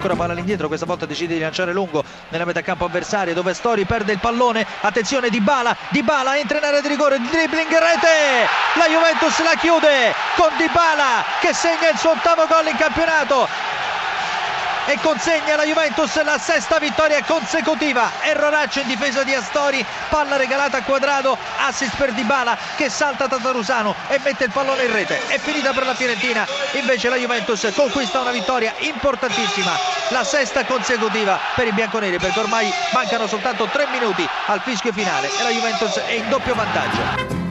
ancora palla all'indietro, questa volta decide di lanciare lungo nella metà campo avversaria, dove Stori perde il pallone. Attenzione, Dybala entra in area di rigore, dribbling, rete, la Juventus la chiude con Dybala che segna il suo 8º gol in campionato e consegna alla Juventus la 6ª vittoria consecutiva. Erroraccio in difesa di Astori, palla regalata a Quadrado, assist per Dybala che salta Tatarusano e mette il pallone in rete. È finita per la Fiorentina, invece la Juventus conquista una vittoria importantissima, la 6ª consecutiva per i bianconeri, perché ormai mancano soltanto 3 minuti al fischio finale e la Juventus è in doppio vantaggio.